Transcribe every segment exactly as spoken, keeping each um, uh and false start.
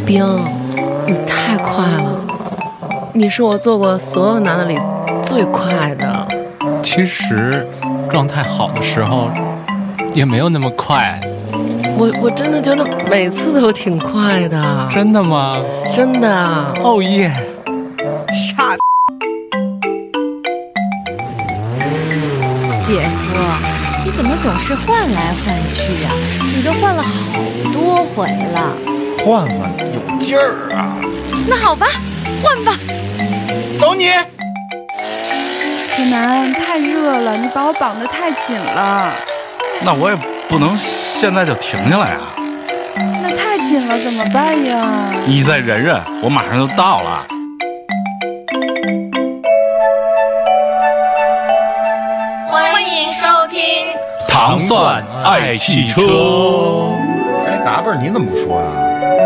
冰，你太快了，你是我做过所有男的里最快的。 其实状态好的时候也没有那么快。 我我真的觉得每次都挺快的。 真的吗？ 真的。 哦耶！ 傻。 姐夫，你怎么总是换来换去呀、啊？你都换了好多回了。 换换有劲儿啊！ 那好吧，换吧。 走你！ 铁男，太热了，你把我绑得太紧了。 那我也不能现在就停下来啊。 那太紧了，怎么办呀？ 你再忍忍，我马上就到了。 欢迎收听糖蒜爱汽车。 哎，嘎嘣，你怎么不说啊？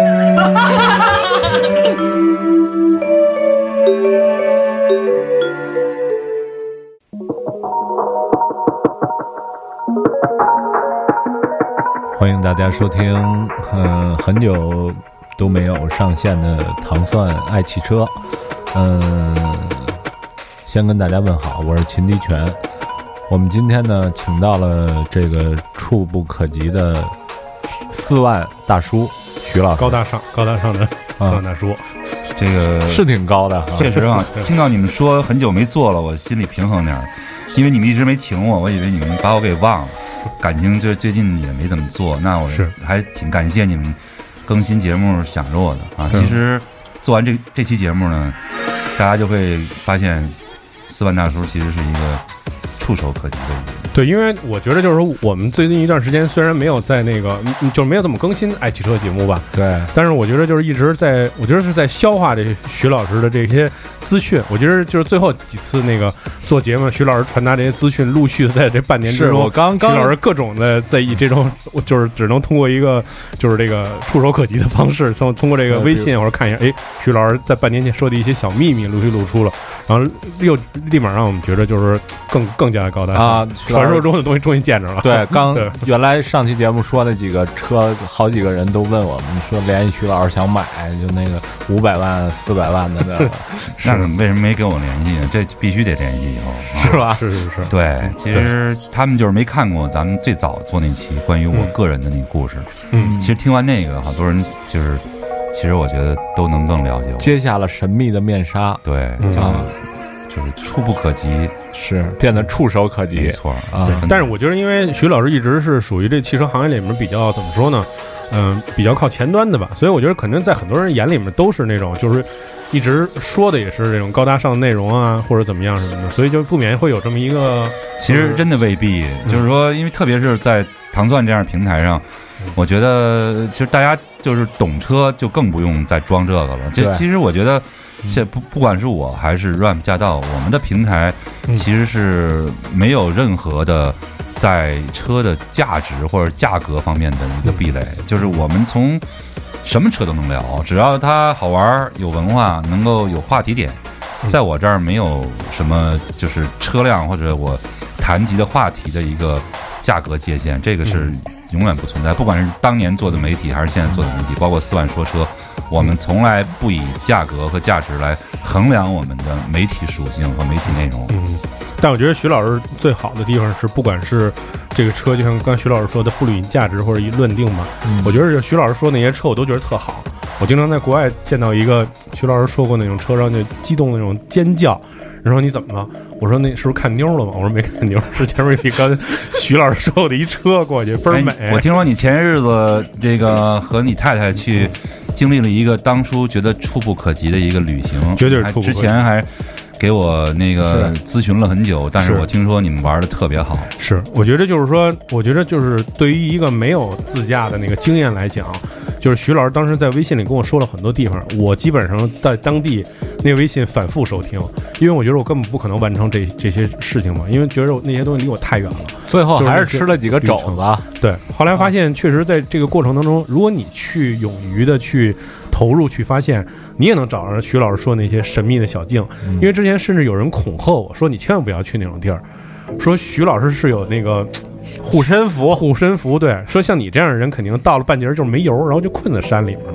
欢迎大家收听，嗯，很久都没有上线的糖蒜爱汽车。嗯，先跟大家问好，我是秦迪全。我们今天呢，请到了这个触不可及的四万大叔徐老师， 高大上、高大上的四万大叔， 啊、这个是挺高的。确实啊，听到你们说很久没做了，我心里平衡点儿，因为你们一直没请我，我以为你们把我给忘了。感情就最近也没怎么做，那我还挺感谢你们更新节目想着我的啊。其实做完这这期节目呢，大家就会发现四万大叔其实是一个触手可及的一个。 对，因为我觉得就是说，我们最近一段时间虽然没有在那个，就是没有怎么更新爱汽车节目吧， 对， 但是我觉得就是一直在，我觉得是在消化这徐老师的这些资讯。我觉得就是最后几次那个做节目，徐老师传达这些资讯，陆续的在这半年之中， 我刚刚徐老师各种的在以这种，就是只能通过一个就是这个触手可及的方式，通通过这个微信或者看一下，哎，徐老师在半年前说的一些小秘密陆续露出了，然后又立马让我们觉得就是更更加的高大上啊。 传说中的东西终于见着了。 对，刚原来上期节目说那几个车，好几个人都问我们说联系徐老师想买，就那个五百万、四百万的那个， 那为什么没跟我联系呢？这必须得联系以后， 啊、是吧？是是是。 对，其实他们就是没看过咱们最早做那期关于我个人的那个故事。 嗯， 其实听完那个，好多人就是，其实我觉得都能更了解我， 揭下了神秘的面纱。 对， 嗯、 就是就是触不可及。 是变得触手可及， 没错啊。但是我觉得，因为徐老师一直是属于这汽车行业里面比较怎么说呢，嗯、呃，比较靠前端的吧，所以我觉得肯定在很多人眼里面都是那种，就是一直说的也是这种高大上的内容啊，或者怎么样什么的，所以就不免会有这么一个。 其实真的未必，嗯、就是说，因为特别是在糖蒜这样的平台上，嗯、我觉得其实大家就是懂车，就更不用再装这个了。就其实我觉得。现不不管是我还是 Ram 驾到，我们的平台其实是没有任何的在车的价值或者价格方面的一个壁垒，就是我们从什么车都能聊，只要它好玩、有文化，能够有话题点，在我这儿没有什么就是车辆或者我谈及的话题的一个价格界限，这个是永远不存在。不管是当年做的媒体还是现在做的媒体，包括四万说车。我们从来不以价格和价值来衡量我们的媒体属性和媒体内容。 嗯，但我觉得徐老师最好的地方是，不管是这个车，就像刚才徐老师说的，不论价值或者以论定嘛，嗯、我觉得徐老师说那些车我都觉得特好。我经常在国外见到一个徐老师说过那种车，然后就激动的那种尖叫。然后你怎么了？我说那是不是看妞了吗？我说没看妞，是前面有一个徐老师说的一车过去，倍儿美、 哎。我听说你前些日子这个和你太太去经历了一个当初觉得触不可及的一个旅行， 绝对是触不可及。 之前还给我那个咨询了很久，但是我听说你们玩的特别好。 是，我觉得就是说，我觉得就是对于一个没有自驾的那个经验来讲，就是徐老师当时在微信里跟我说了很多地方，我基本上在当地那个微信反复收听，因为我觉得我根本不可能完成这这些事情嘛，因为觉得那些东西离我太远了。 最后还是吃了几个肘子。 对，后来发现确实在这个过程当中，如果你去勇于的去投入去发现，你也能找着徐老师说那些神秘的小径。嗯、因为之前甚至有人恐吓我说，你千万不要去那种地儿，说徐老师是有那个护身符， 护身符，对，说像你这样的人肯定到了半截就是没油，然后就困在山里面了。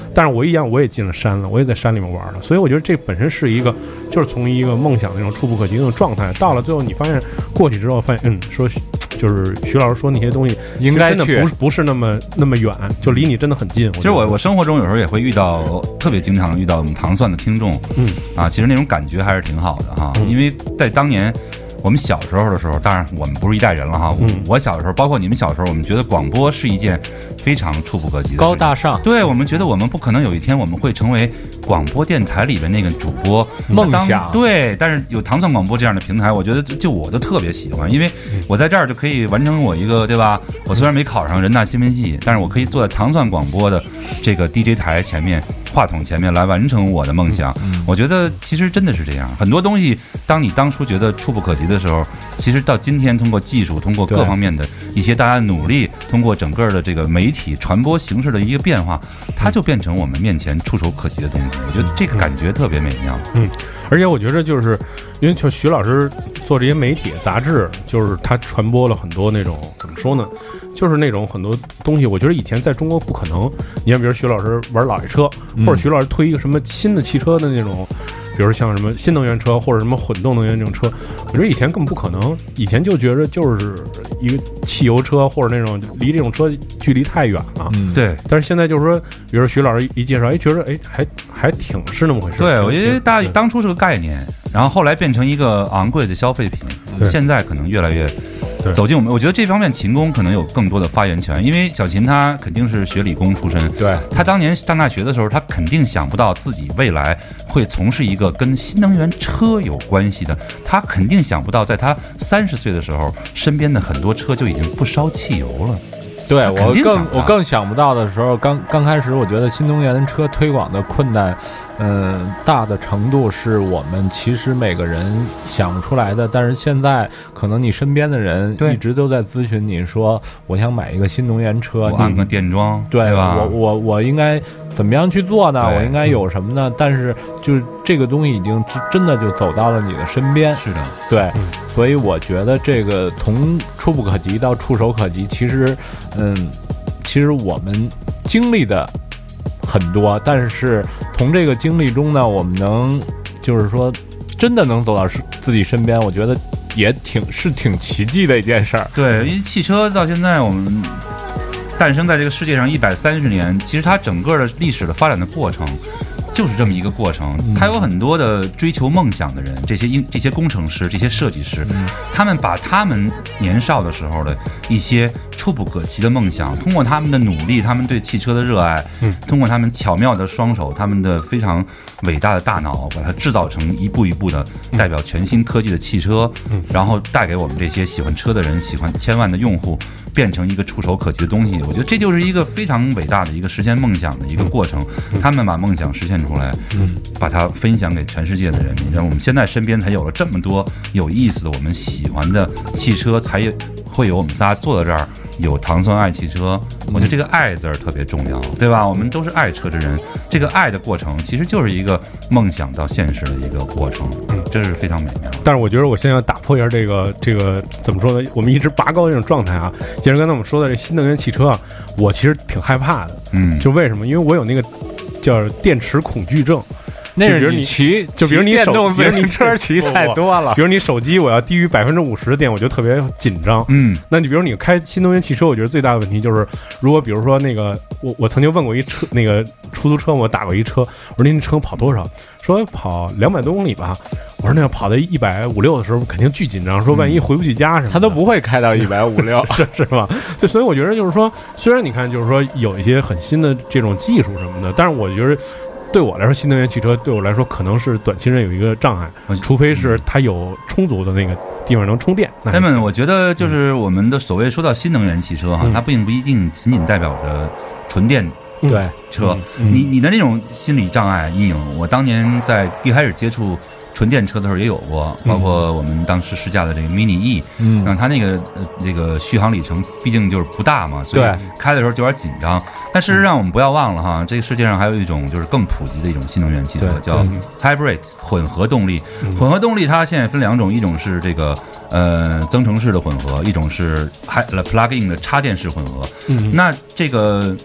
但是我一样我也进了山了，我也在山里面玩了，所以我觉得这本身是一个就是从一个梦想那种触不可及那种状态，到了最后你发现过去之后发现嗯说就是徐老师说那些东西应该真的不是不是那么那么远，就离你真的很近。 其实我我生活中有时候也会遇到，特别经常遇到我们糖蒜的听众， 嗯啊，其实那种感觉还是挺好的哈，嗯、因为在当年我们小时候的时候，当然我们不是一代人了哈，嗯、我小时候，包括你们小时候，我们觉得广播是一件非常触不可及的高大上， 对我们觉得我们不可能有一天我们会成为广播电台里边那个主播梦想， 对，但是有糖蒜广播这样的平台，我觉得就我都特别喜欢，因为我在这儿就可以完成我一个，对吧？我虽然没考上人大新闻系，但是我可以坐在糖蒜广播的这个 D J 台前面。话筒前面来完成我的梦想，嗯、我觉得其实真的是这样。很多东西，当你当初觉得触不可及的时候，其实到今天，通过技术，通过各方面的一些大家的努力，通过整个的这个媒体传播形式的一个变化，它就变成我们面前触手可及的东西。我觉得这个感觉特别美妙。 嗯，而且我觉得就是因为就徐老师做这些媒体杂志，就是他传播了很多那种怎么说呢？就是那种很多东西，我觉得以前在中国不可能。你看，比如徐老师玩老爷车，或者徐老师推一个什么新的汽车的那种，比如像什么新能源车或者什么混动能源这种车，我觉得以前根本不可能。以前就觉得就是一个汽油车或者那种离这种车距离太远了。 嗯，对。 但是现在就是说，比如徐老师一介绍，哎，觉得哎还还挺是那么回事。 对，我觉得大当初是个概念，然后后来变成一个昂贵的消费品，现在可能越来越。走进我们，我觉得这方面秦工可能有更多的发言权，因为小秦他肯定是学理工出身， 对， 他当年上大学的时候，他肯定想不到自己未来会从事一个跟新能源车有关系的，他肯定想不到在他三十岁的时候，身边的很多车就已经不烧汽油了。 对，我更我更想不到的时候，刚刚开始，我觉得新能源车推广的困难，嗯、呃，大的程度是我们其实每个人想不出来的。但是现在，可能你身边的人一直都在咨询你说，我想买一个新能源车， 我安个电桩， 对, 对吧？ 我我我应该怎么样去做呢？我应该有什么呢？但是就是这个东西已经真的就走到了你的身边。 是的， 对，嗯、所以我觉得这个从触不可及到触手可及，其实。嗯，其实我们经历的很多，但是从这个经历中呢，我们能就是说真的能走到自己身边，我觉得也挺是挺奇迹的一件事儿。 对，因为汽车到现在我们诞生在这个世界上一百三十年，其实它整个的历史的发展的过程。就是这么一个过程，他有很多的追求梦想的人，这些应这些工程师、这些设计师，他们把他们年少的时候的一些触不可及的梦想，通过他们的努力，他们对汽车的热爱，通过他们巧妙的双手，他们的非常伟大的大脑，把它制造成一步一步的代表全新科技的汽车，然后带给我们这些喜欢车的人、喜欢千万的用户，变成一个触手可及的东西。我觉得这就是一个非常伟大的一个实现梦想的一个过程。他们把梦想实现出来，嗯，把它分享给全世界的人民，让我们现在身边才有了这么多有意思的、我们喜欢的汽车，才会有我们仨坐在这儿，有糖蒜爱汽车。我觉得这个爱字儿特别重要，对吧？我们都是爱车之人，这个爱的过程其实就是一个梦想到现实的一个过程，嗯，这是非常美妙。 但是我觉得我现在要打破一下这个这个怎么说呢？我们一直拔高的这种状态啊。既然刚才我们说的这新能源汽车啊，我其实挺害怕的，嗯，就为什么？因为我有那个。叫电池恐惧症， 那是你骑， 就比如你手， 比如你车骑太多了， 比如你手机我要低于百分之五十的电，我就特别紧张。嗯，那你比如你开新能源汽车，我觉得最大的问题就是，如果比如说那个我我曾经问过一车那个出租车，我打过一车，我说您车跑多少？说跑两百多公里吧。我说那要跑到一百五六的时候，肯定巨紧张，说万一回不去家什么的， 他都不会开到一百五六， 是是吧？对，所以我觉得就是说，虽然你看就是说有一些很新的这种技术什么的，但是我觉得对我来说，新能源汽车对我来说可能是短期内有一个障碍，除非是它有充足的那个地方能充电。 那么，我觉得就是我们的所谓说到新能源汽车哈，嗯、它并不一定仅仅代表着纯电。 对车， 嗯、 你你的那种心理障碍阴影，我当年在一开始接触纯电车的时候也有过，包括我们当时试驾的这个 Mini E， 嗯，让它那个呃这个续航里程毕竟就是不大嘛，所以开的时候就有点紧张。但事实上我们不要忘了哈，这个世界上还有一种就是更普及的一种新能源汽车，叫 Hybrid 混合动力。混合动力它现在分两种，一种是这个呃增程式的混合，一种是 plug in 的插电式混合。嗯，那这个。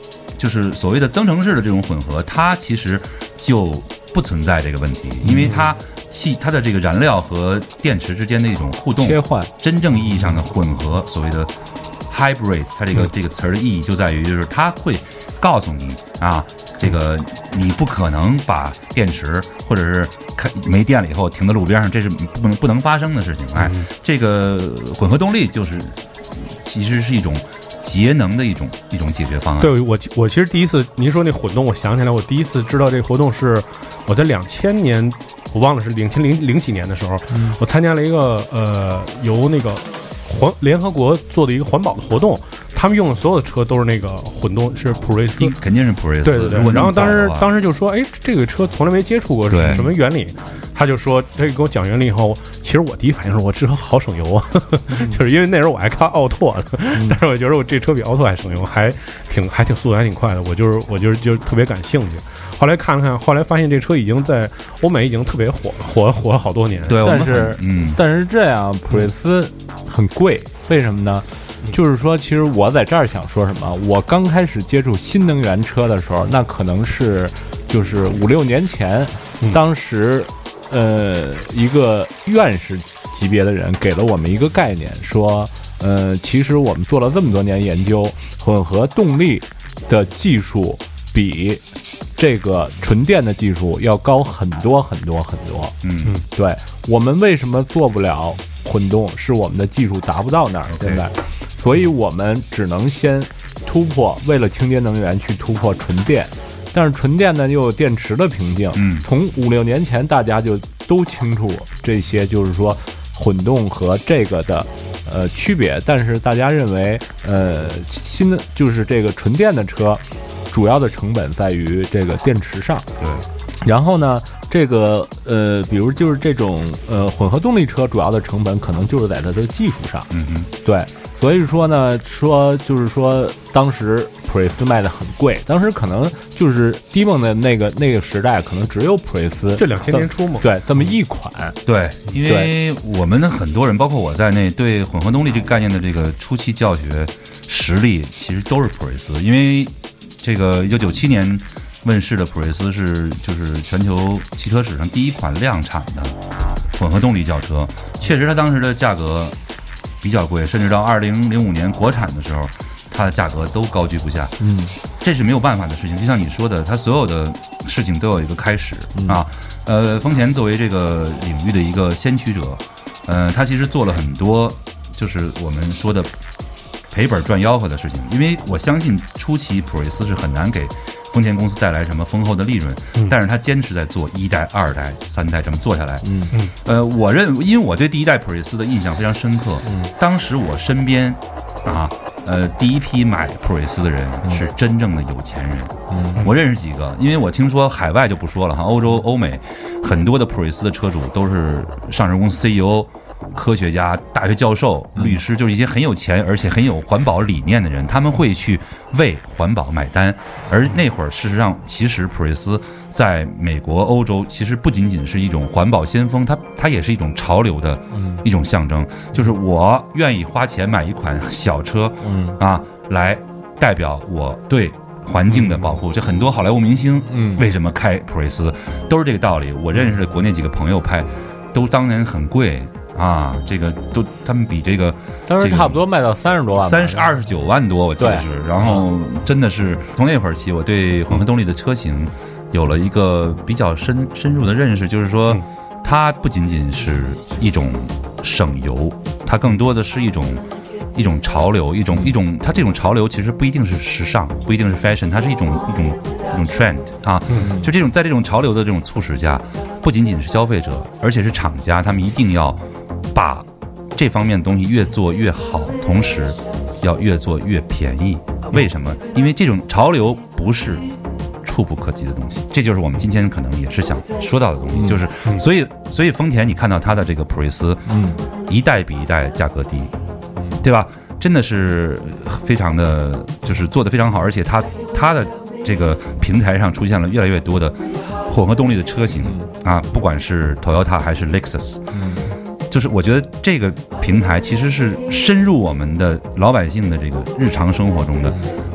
就是所谓的增程式的这种混合，它其实就不存在这个问题，因为它系它的这个燃料和电池之间的一种互动切换， 真正意义上的混合，所谓的 hybrid， 它这个这个词儿的意义就在于，就是它会告诉你啊，这个你不可能把电池或者是没电了以后停在路边上，这是不能不能发生的事情。哎，这个混合动力就是其实是一种节能的一种一种解决方案。 对，我我其实第一次您说那混动，我想起来，我第一次知道这个活动是我在两千年，我忘了是两千零零几年的时候，嗯、我参加了一个呃由那个环联合国做的一个环保的活动，他们用的所有的车都是那个混动，是普锐斯， 肯定是普锐斯。 对对对。然后当时当时就说，哎，这个车从来没接触过，是什么原理？他就说，这个给我讲原理以后，其实我第一反应是我这车好省油啊，嗯、就是因为那时候我还开奥拓的，嗯、但是我觉得我这车比奥拓还省油，还挺还挺速度还挺快的，我就是我就是就特别感兴趣。后来看了看，后来发现这车已经在欧美已经特别火了，火火了好多年。 对， 但是嗯，但是这样普锐斯很贵，为什么呢？就是说，其实我在这儿想说什么？我刚开始接触新能源车的时候，那可能是就是五六年前，嗯、当时。呃，一个院士级别的人给了我们一个概念，说，呃，其实我们做了这么多年研究，混合动力的技术比这个纯电的技术要高很多很多很多。 嗯嗯， 对，我们为什么做不了混动？是我们的技术达不到那儿，现在，所以我们只能先突破，为了清洁能源去突破纯电。但是纯电呢又有电池的瓶颈， 嗯， 从五六年前大家就都清楚这些，就是说混动和这个的呃区别。但是大家认为，呃，新的就是这个纯电的车，主要的成本在于这个电池上， 对。 然后呢，这个呃，比如就是这种呃混合动力车，主要的成本可能就是在它的技术上， 嗯嗯， 对。所以说呢，说就是说，当时普锐斯卖的很贵，当时可能就是迪梦的那个那个时代，可能只有普锐斯， 这两千年初嘛， 对，这么一款。 对，因为我们的很多人，包括我在内，对混合动力这个概念的这个初期教学实力，其实都是普锐斯。因为这个一九九七年问世的普锐斯是就是全球汽车史上第一款量产的混合动力轿车，确实它当时的价格比较贵，甚至到二零零五年国产的时候，它的价格都高居不下。 嗯， 这是没有办法的事情。就像你说的，它所有的事情都有一个开始、 嗯、 啊。呃，丰田作为这个领域的一个先驱者，呃，它其实做了很多，就是我们说的赔本赚吆喝的事情。因为我相信初期普锐斯是很难给丰田公司带来什么丰厚的利润， 嗯、 但是他坚持在做一代、二代、三代这么做下来。 嗯嗯， 呃，我认，因为我对第一代普锐斯的印象非常深刻。 嗯， 当时我身边啊，呃，第一批买普锐斯的人是真正的有钱人。 嗯， 我认识几个，因为我听说海外就不说了哈，欧洲、欧美很多的普锐斯的车主都是上市公司 C E O。科学家、大学教授、律师，就是一些很有钱而且很有环保理念的人，他们会去为环保买单。而那会儿，事实上，其实普锐斯在美国、欧洲，其实不仅仅是一种环保先锋，它它也是一种潮流的一种象征。就是我愿意花钱买一款小车，啊，来代表我对环境的保护。这很多好莱坞明星，为什么开普锐斯，都是这个道理。我认识的国内几个朋友拍，都当年很贵。啊，这个都他们比这个当时差不多卖到三十多万， 三十二十九万多，我记得是。然后真的是从那会儿起，我对混合动力的车型有了一个比较深深入的认识，就是说，它不仅仅是一种省油，它更多的是一种一种潮流，一种一种它这种潮流其实不一定是时尚，不一定是 fashion， 它是一种一种一种 trend 啊，就这种在这种潮流的这种促使下，不仅仅是消费者，而且是厂家，他们一定要把这方面的东西越做越好，同时要越做越便宜。为什么？因为这种潮流不是触不可及的东西，这就是我们今天可能也是想说到的东西，就是所以所以丰田，你看到它的这个普锐斯，嗯，一代比一代价格低，对吧？真的是非常的，就是做得非常好，而且它它的这个平台上出现了越来越多的混合动力的车型啊，不管是 Toyota 还是 Lexus， 就是我觉得这个平台其实是深入我们的老百姓的这个日常生活中的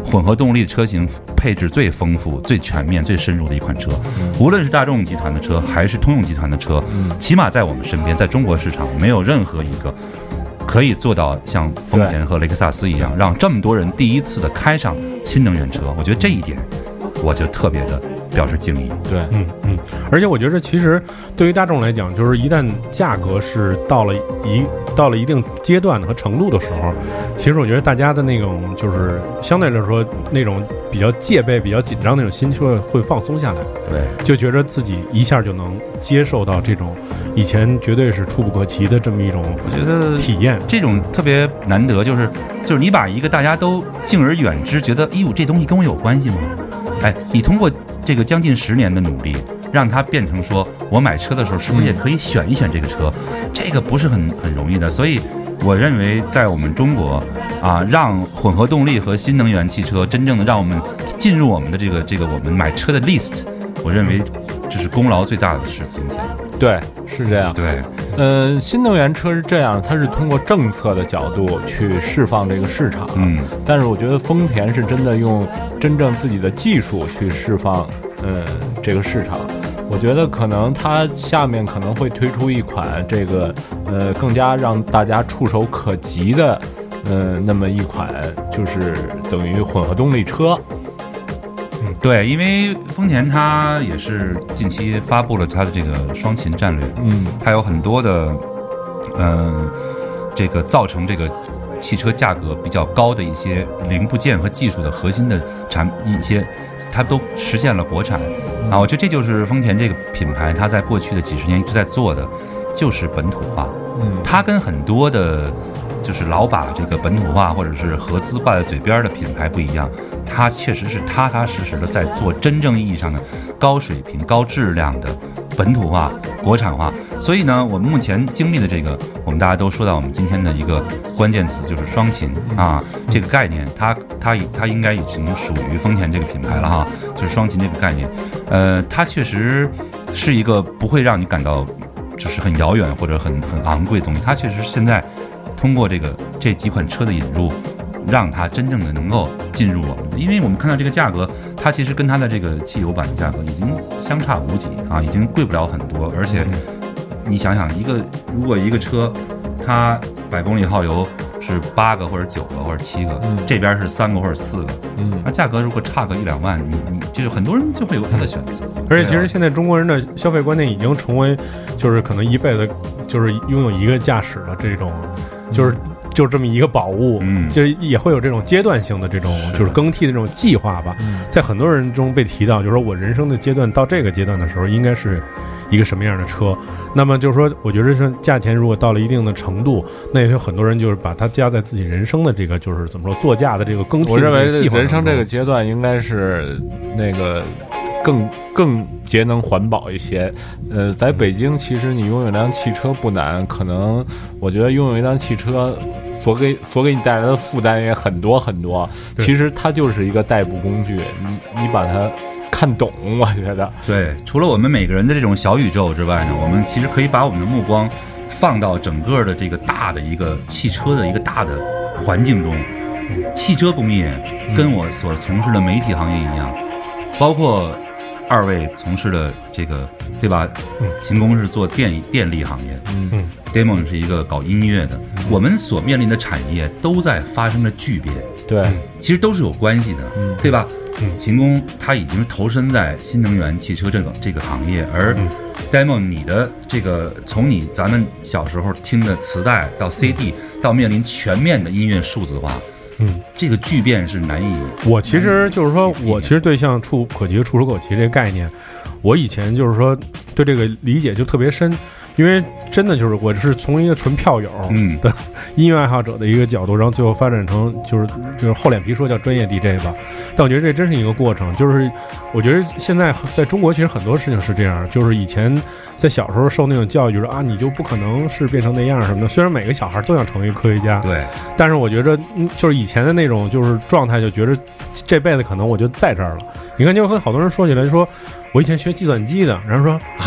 混合动力车型配置最丰富、最全面、最深入的一款车。无论是大众集团的车还是通用集团的车，起码在我们身边，在中国市场没有任何一个可以做到像丰田和雷克萨斯一样，让这么多人第一次的开上新能源车。我觉得这一点我就特别的表示敬意。 对，嗯嗯，而且我觉得其实对于大众来讲，就是一旦价格是到了一到了一定阶段和程度的时候，其实我觉得大家的那种就是相对来说那种比较戒备、比较紧张那种心会会放松下来。 对， 就觉得自己一下就能接受到这种以前绝对是触不可及的这么一种， 我觉得体验， 这种特别难得，就是就是你把一个大家都敬而远之，觉得哎呦这东西跟我有关系吗？哎，你通过这个将近十年的努力，让它变成说我买车的时候是不是也可以选一选这个车？嗯、这个不是很很容易的，所以我认为在我们中国啊，让混合动力和新能源汽车真正的让我们进入我们的这个这个我们买车的 list， 我认为这是功劳最大的是丰田。 对，是这样。 对， 呃，新能源车是这样，它是通过政策的角度去释放这个市场。 嗯， 但是我觉得丰田是真的用真正自己的技术去释放，呃，这个市场。我觉得可能它下面可能会推出一款这个，呃，更加让大家触手可及的，呃，那么一款就是等于混合动力车。 对，因为丰田它也是近期发布了它的这个双秦战略， 嗯， 它有很多的，呃，这个造成这个汽车价格比较高的一些零部件和技术的核心的产一些，它都实现了国产啊。我觉得这就是丰田这个品牌，它在过去的几十年一直在做的，就是本土化。 嗯， 它跟很多的，就是老把这个本土化或者是合资挂在嘴边的品牌不一样。它确实是踏踏实实的在做真正意义上的高水平、高质量的本土化、国产化。所以呢，我们目前经历的这个，我们大家都说到我们今天的一个关键词就是双秦啊，这个概念，它它它应该已经属于丰田这个品牌了哈，就是双秦这个概念，呃，它确实是一个不会让你感到就是很遥远或者很很昂贵的东西，它确实现在通过这个这几款车的引入。让它真正的能够进入我们的，因为我们看到这个价格，它其实跟它的这个汽油版的价格已经相差无几啊，已经贵不了很多。而且你想想，一个如果一个车它百公里耗油是八个或者九个或者七个，嗯、这边是三个或者四个， 嗯， 那价格如果差个一两万，你你就是很多人就会有他的选择。 而且其实现在中国人的消费观念已经成为，就是可能一辈子就是拥有一个驾驶的这种，就是。就这么一个宝物， 嗯， 就是也会有这种阶段性的这种，就是更替的这种计划吧。 嗯、 在很多人中被提到，就是说我人生的阶段到这个阶段的时候，应该是一个什么样的车。那么就是说，我觉得是价钱如果到了一定的程度，那也有很多人就是把它加在自己人生的这个就是怎么说座驾的这个更替的这个计划。 我认为人生这个阶段应该是那个。更更节能环保一些，呃，在北京其实你拥有一辆汽车不难，可能我觉得拥有一辆汽车所给所给你带来的负担也很多很多。其实它就是一个代步工具，你你把它看懂，我觉得。 对，除了我们每个人的这种小宇宙之外呢，我们其实可以把我们的目光放到整个的这个大的一个汽车的一个大的环境中。汽车工业跟我所从事的媒体行业一样，包括。二位从事的这个对吧？ 嗯， 秦工是做电电力行业， 嗯 ，Damon 是一个搞音乐的，嗯、我们所面临的产业都在发生着巨变， 对， 其实都是有关系的， 嗯、 对吧？ 嗯， 秦工他已经投身在新能源汽车这个这个行业，而 Damon 你的这个从你咱们小时候听的磁带到 C D、嗯、到面临全面的音乐数字化。 嗯， 这个巨变是难以。 我其实就是说，我其实对像触可及、触手可及这个概念，我以前就是说对这个理解就特别深，因为真的就是我是从一个纯票友的音乐爱好者的一个角度，然后最后发展成就是就是厚脸皮说叫专业 D J 吧。但我觉得这真是一个过程，就是我觉得现在在中国其实很多事情是这样，就是以前在小时候受那种教育，就是啊你就不可能是变成那样什么的。虽然每个小孩都想成为科学家， 对， 但是我觉得嗯，就是以前的那种就是状态，就觉得这辈子可能我就在这儿了。你看，就跟好多人说起来说，我以前学计算机的，然后说啊。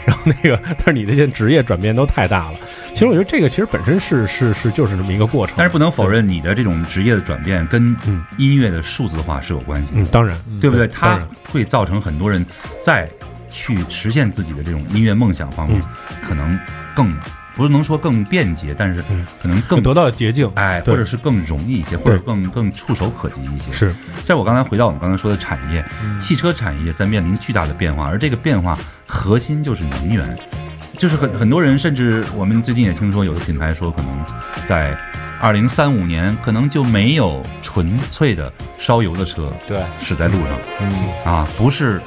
然后那个，但是你的这职业转变都太大了。其实我觉得这个其实本身是是是就是这么一个过程， 但是不能否认你的这种职业的转变跟音乐的数字化是有关系的。 嗯，当然， 对不对？它会造成很多人在去实现自己的这种音乐梦想方面，可能更。不是能说更便捷，但是可能更得到捷径， 哎，或者是更容易一些，或者更更触手可及一些。 是， 在我刚才回到我们刚才说的产业，汽车产业在面临巨大的变化，而这个变化核心就是能源，就是很很多人，甚至我们最近也听说有的品牌说，可能在二零三五年可能就没有纯粹的烧油的车对驶在路上， 嗯啊，不是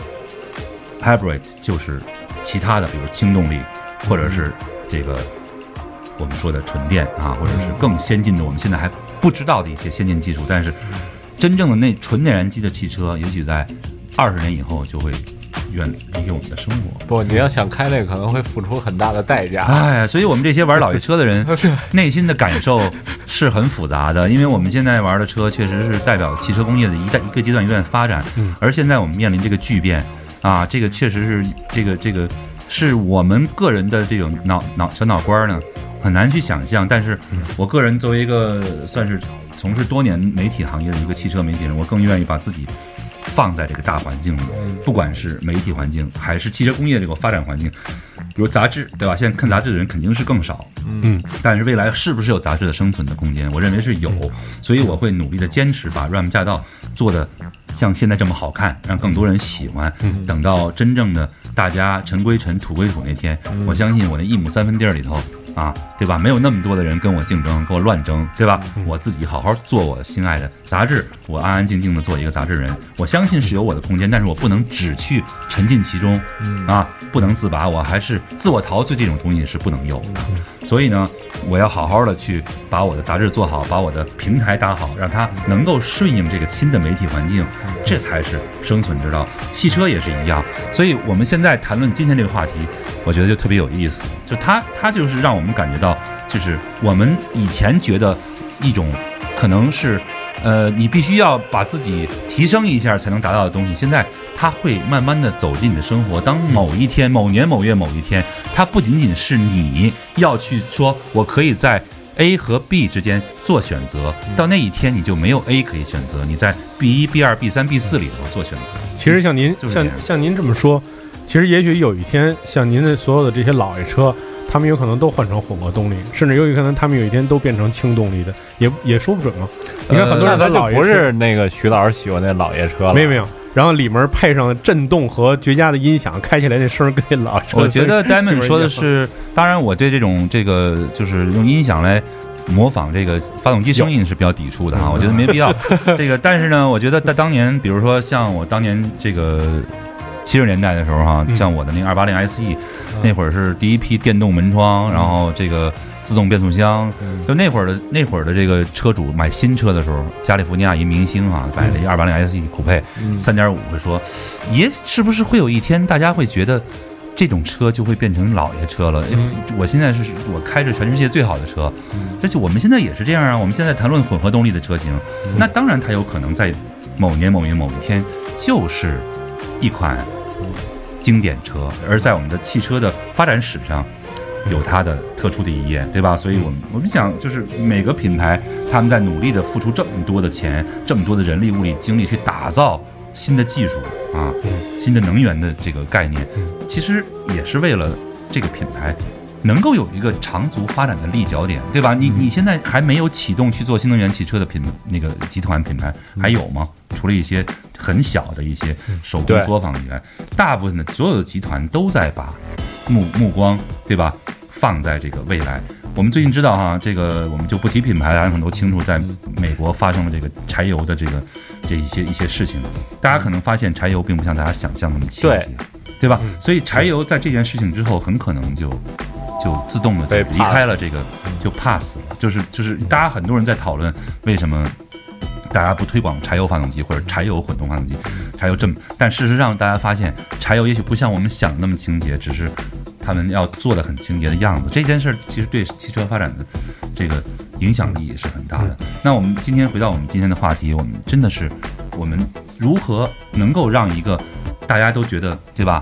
hybrid 就是其他的，比如轻动力，或者是这个。我们说的纯电啊，或者是更先进的，我们现在还不知道的一些先进技术，但是真正的那纯内燃机的汽车，也许在二十年以后就会远离我们的生活。 不，你要想开那个，可能会付出很大的代价。 哎，所以我们这些玩老爷车的人，内心的感受是很复杂的，因为我们现在玩的车确实是代表汽车工业的一代一个阶段一段发展，而现在我们面临这个巨变啊，这个确实是这个这个是我们个人的这种脑脑小脑瓜呢。很难去想象，但是我个人作为一个算是从事多年媒体行业的一个汽车媒体人，我更愿意把自己放在这个大环境里，不管是媒体环境还是汽车工业这个发展环境，比如杂志，对吧？现在看杂志的人肯定是更少，嗯，但是未来是不是有杂志的生存的空间？我认为是有，所以我会努力的坚持把 RAM 驾到做的像现在这么好看，让更多人喜欢。等到真正的大家尘归尘土归土那天，我相信我那一亩三分地儿里头。啊，对吧？没有那么多的人跟我竞争，跟我乱争，对吧？我自己好好做我心爱的杂志，我安安静静的做一个杂志人。我相信是有我的空间，但是我不能只去沉浸其中，啊，不能自拔，我还是自我陶醉这种东西是不能有的。所以呢，我要好好的去把我的杂志做好，把我的平台搭好，让它能够顺应这个新的媒体环境，这才是生存之道。汽车也是一样，所以我们现在谈论今天这个话题。我觉得就特别有意思，就它它就是让我们感觉到，就是我们以前觉得一种可能是，呃，你必须要把自己提升一下才能达到的东西，现在它会慢慢的走进你的生活。当某一天、某年、某月、某一天，它不仅仅是你要去说，我可以在 A 和 B 之间做选择，到那一天你就没有 A 可以选择，你在 B 一、B 二、B 三、B 四里头做选择。 其实像您像像您这么说。其实也许有一天，像您的所有的这些老爷车，他们有可能都换成混合动力，甚至有可能他们有一天都变成轻动力的，也也说不准嘛。你看很多人的老爷车、 呃、不是那个徐老师喜欢那老爷车了， 没有没有。然后里面配上震动和绝佳的音响，开起来那声跟那老车。 我觉得 Diamond 说的是，当然我对这种这个就是用音响来模仿这个发动机声音是比较抵触的哈，我觉得没必要。这个，但是呢，我觉得在当年，比如说像我当年这个。七十年代的时候哈，像我的那个二八零 S E，、嗯、那会儿是第一批电动门窗，嗯、然后这个自动变速箱，嗯、就那会儿的那会儿的这个车主买新车的时候，加利福尼亚一明星哈、啊、买了一二八零 S E 酷配三点五，会说，也是不是会有一天大家会觉得这种车就会变成老爷车了？嗯、我现在是我开着全世界最好的车，嗯、而且我们现在也是这样啊。我们现在谈论混合动力的车型，嗯、那当然它有可能在某年某月某一天就是一款。经典车，而在我们的汽车的发展史上，有它的特殊的一页，对吧？所以我们我们想，就是每个品牌他们在努力的付出这么多的钱、这么多的人力、物力、精力去打造新的技术啊，新的能源的这个概念，其实也是为了这个品牌能够有一个长足发展的立脚点，对吧？你你现在还没有启动去做新能源汽车的品那个集团品牌还有吗？除了一些很小的一些手工作坊以外，大部分的所有的集团都在把目目光，对吧，放在这个未来。我们最近知道哈，这个我们就不提品牌了，大家可能都清楚，在美国发生了这个柴油的这个这一些一些事情。大家可能发现柴油并不像大家想象那么清洁，对吧？所以柴油在这件事情之后，很可能就就自动的就离开了这个，就 pass 了。就是就是大家很多人在讨论为什么大家不推广柴油发动机或者柴油混动发动机，柴油这么，但事实上大家发现柴油也许不像我们想的那么清洁，只是他们要做的很清洁的样子。这件事其实对汽车发展的这个影响力也是很大的。那我们今天回到我们今天的话题，我们真的是我们如何能够让一个大家都觉得对吧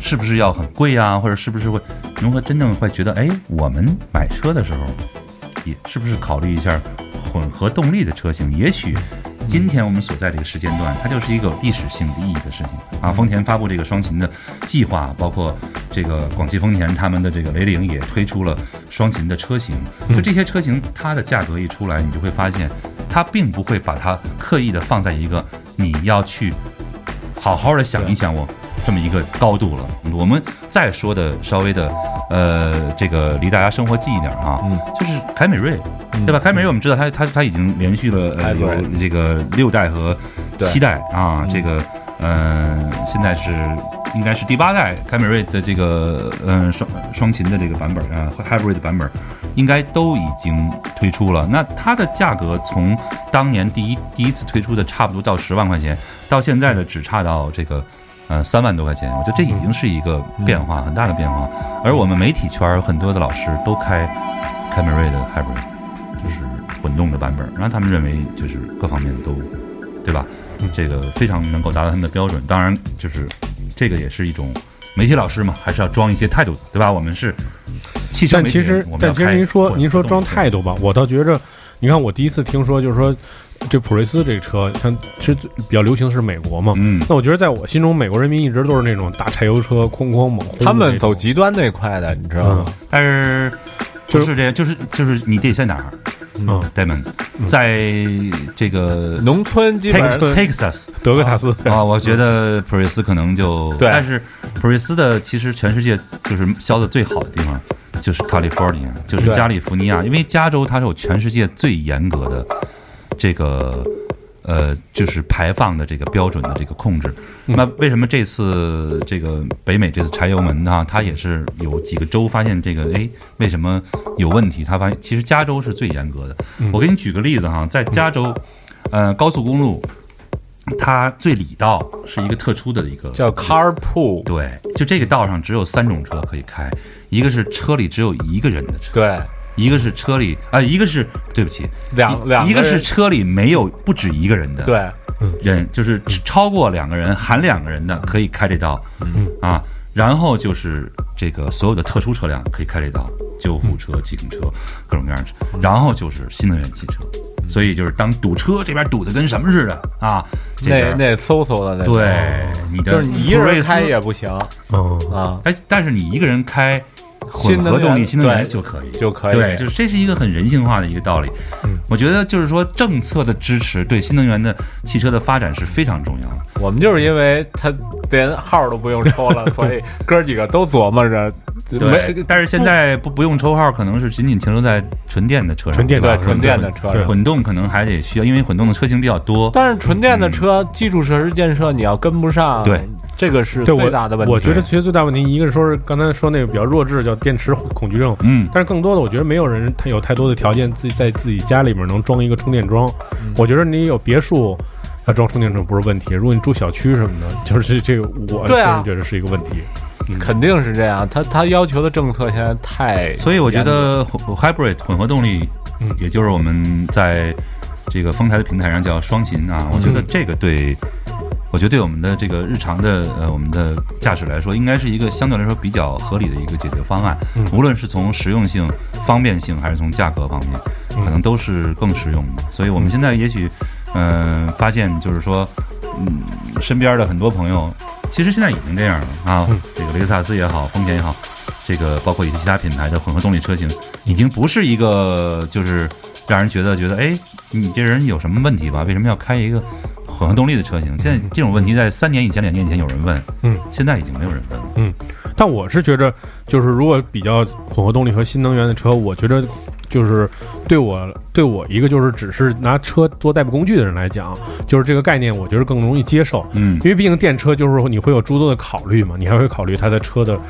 是不是要很贵啊，或者是不是会如何真正会觉得，哎，我们买车的时候，也是不是考虑一下混合动力的车型？也许今天我们所在这个时间段，它就是一个历史性的意义的事情啊。丰田发布这个双擎的计划，包括这个广汽丰田他们的这个雷凌也推出了双擎的车型。就这些车型，它的价格一出来，你就会发现，它并不会把它刻意的放在一个你要去好好的想一想我这么一个高度了。我们再说的稍微的呃，这个离大家生活近一点啊，嗯、就是凯美瑞。对吧？凯美瑞我们知道它它它已经连续了呃有这个六代和七代啊，这个嗯、呃、现在是应该是第八代凯美瑞的这个嗯、呃、双双擎的这个版本啊 hybrid 的版本应该都已经推出了。那它的价格从当年第一第一次推出的差不多到十万块钱，到现在的只差到这个呃三万多块钱，我觉得这已经是一个变化、嗯、很大的变化。而我们媒体圈很多的老师都开凯美瑞的 hybrid。就是混动的版本，然后他们认为就是各方面都，对吧？这个非常能够达到他们的标准。当然，就是这个也是一种媒体老师嘛，还是要装一些态度，对吧？我们是汽车媒体人， 但其实，但其实您说您说装态度吧，我倒觉着，你看我第一次听说，就是说这普锐斯这个车，它其实比较流行的是美国嘛。嗯，那我觉得在我心中，美国人民一直都是那种大柴油车，哐哐猛轰， 他们走极端那块的，你知道吗？ 嗯、但是。就是这样，就是就是你得在哪儿？嗯 ，Damon， 在这个农村基本上 Texas 德克萨斯啊，我觉得普锐斯可能就对，但是普锐斯的其实全世界就是销的最好的地方就是 California， 就是加利福尼亚，因为加州它是有全世界最严格的这个。呃，就是排放的这个标准的这个控制。那为什么这次这个北美这次柴油门呢？它也是有几个州发现这个，哎，为什么有问题？他发现其实加州是最严格的。我给你举个例子哈，在加州，呃，高速公路，它最里道是一个特殊的一个叫 carpool， 对，就这个道上只有三种车可以开，一个是车里只有一个人的车， 对。 一个是车里啊、呃，一个是对不起， 两两一个是车里没有不止一个人的， 对， 人就是超过两个人含两个人的可以开这道，嗯啊，然后就是这个所有的特殊车辆可以开这道，救护车、骑行车，各种各样的车，然后就是新能源汽车，所以就是当堵车这边堵得跟什么似的啊， 那那嗖嗖的那对，你的就是你一个人开也不行， 嗯啊，哎，但是你一个人开。混合动力新能源就可以， 就可以， 对，就是这是一个很人性化的一个道理。嗯，我觉得就是说政策的支持对新能源的汽车的发展是非常重要的。 我们就是因为他连号都不用抽了，所以哥几个都琢磨着。 对，但是现在不不用抽号，可能是仅仅停留在纯电的车上， 纯电对纯电的车上， 混动可能还得需要，因为混动的车型比较多。 但是纯电的车、嗯、基础设施建设你要跟不上， 对， 这个是最大的问题。 我, 我觉得其实最大问题，一个是说是刚才说那个比较弱智叫电池恐惧症， 嗯， 但是更多的我觉得没有人他有太多的条件自己在自己家里面能装一个充电桩。嗯、我觉得你有别墅。要装充电桩不是问题，如果你住小区什么的，就是这个我个人觉得是一个问题。 嗯、肯定是这样，他他要求的政策现在太， 所以我觉得 hybrid 混合动力，嗯，也就是我们在这个丰台的平台上叫双擎啊，我觉得这个对，我觉得对我们的这个日常的呃我们的驾驶来说，应该是一个相对来说比较合理的一个解决方案，嗯、无论是从实用性、方便性，还是从价格方面，可能都是更实用的。所以我们现在也许。嗯、呃，发现就是说，嗯，身边的很多朋友，其实现在已经这样了啊。嗯、这个雷克萨斯也好，丰田也好，这个包括一些其他品牌的混合动力车型，已经不是一个就是让人觉得觉得，哎，你这人有什么问题吧？为什么要开一个混合动力的车型？现在这种问题在三年以前、两年以前有人问，嗯，现在已经没有人问了， 嗯。但我是觉得，就是如果比较混合动力和新能源的车，我觉得。就是对我对我一个就是只是拿车做代步工具的人来讲，就是这个概念我觉得更容易接受，嗯，因为毕竟电车就是你会有诸多的考虑嘛，你还会考虑它的车的